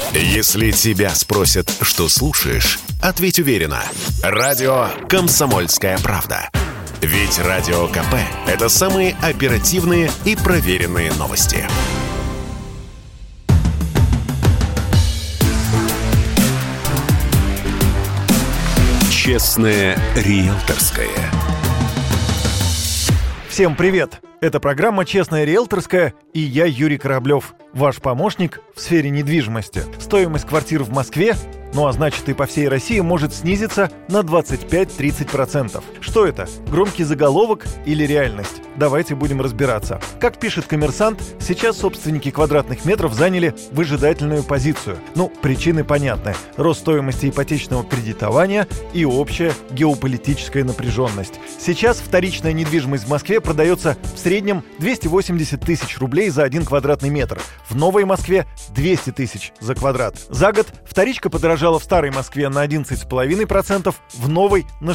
Если тебя спросят, что слушаешь, ответь уверенно. Радио «Комсомольская правда». Ведь Радио КП – это самые оперативные и проверенные новости. Честное риэлторское. Всем привет! Это программа «Честная риэлторская» и я, Юрий Кораблев, ваш помощник в сфере недвижимости. Стоимость квартир в Москве, ну а значит и по всей России, может снизиться на 25-30%. Что это? Громкий заголовок или реальность? Давайте будем разбираться. Как пишет «Коммерсант», сейчас собственники квадратных метров заняли выжидательную позицию. Причины понятны. Рост стоимости ипотечного кредитования и общая геополитическая напряженность. Сейчас вторичная недвижимость в Москве продается в среднем 280 тысяч рублей за 1 квадратный метр. В Новой Москве 200 тысяч за квадрат. За год вторичка подорожала в Старой Москве на 11,5%, в Новой на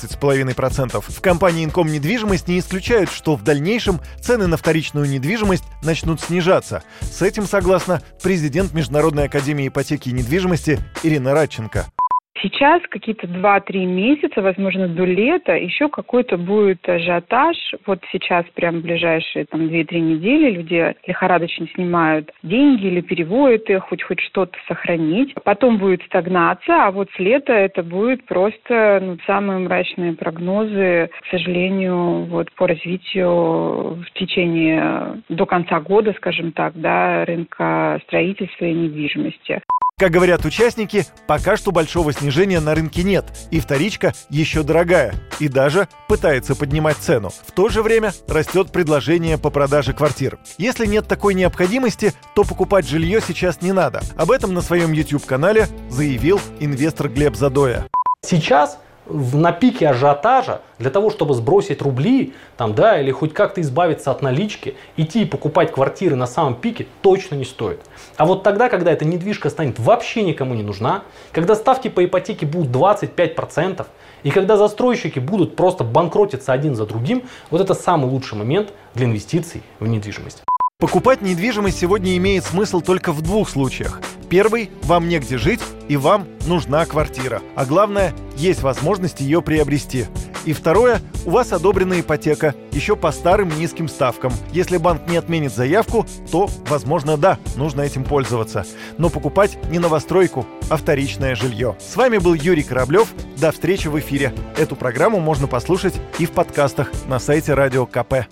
16,5%. В компании «Инком Недвижимость» не исключают, что в дальнейшем цены на вторичную недвижимость начнут снижаться. С этим согласна президент Международной академии ипотеки и недвижимости Ирина Радченко. Сейчас какие-то 2-3 месяца, возможно, до лета, еще какой-то будет ажиотаж. Вот сейчас, прям в ближайшие 2-3 недели люди лихорадочно снимают деньги или переводят их, хоть что-то сохранить. Потом будет стагнация, а вот с лета это будет просто самые мрачные прогнозы, к сожалению, по развитию в течение до конца года, скажем так, рынка строительства и недвижимости. Как говорят участники, пока что большого снижения на рынке нет, и вторичка еще дорогая, и даже пытается поднимать цену. В то же время растет предложение по продаже квартир. Если нет такой необходимости, то покупать жилье сейчас не надо. Об этом на своем YouTube-канале заявил инвестор Глеб Задоя. Сейчас на пике ажиотажа, для того, чтобы сбросить рубли, или хоть как-то избавиться от налички, идти и покупать квартиры на самом пике точно не стоит. А вот тогда, когда эта недвижка станет вообще никому не нужна, когда ставки по ипотеке будут 25%, и когда застройщики будут просто банкротиться один за другим, вот это самый лучший момент для инвестиций в недвижимость. Покупать недвижимость сегодня имеет смысл только в двух случаях. Первый – вам негде жить, и вам нужна квартира. А главное – есть возможность ее приобрести. И второе – у вас одобрена ипотека, еще по старым низким ставкам. Если банк не отменит заявку, то, возможно, нужно этим пользоваться. Но покупать не новостройку, а вторичное жилье. С вами был Юрий Кораблев. До встречи в эфире. Эту программу можно послушать и в подкастах на сайте Радио КП.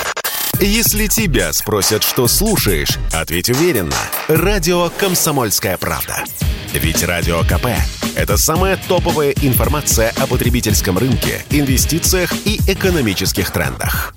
Если тебя спросят, что слушаешь, ответь уверенно. Радио «Комсомольская правда». Ведь Радио КП – это самая топовая информация о потребительском рынке, инвестициях и экономических трендах.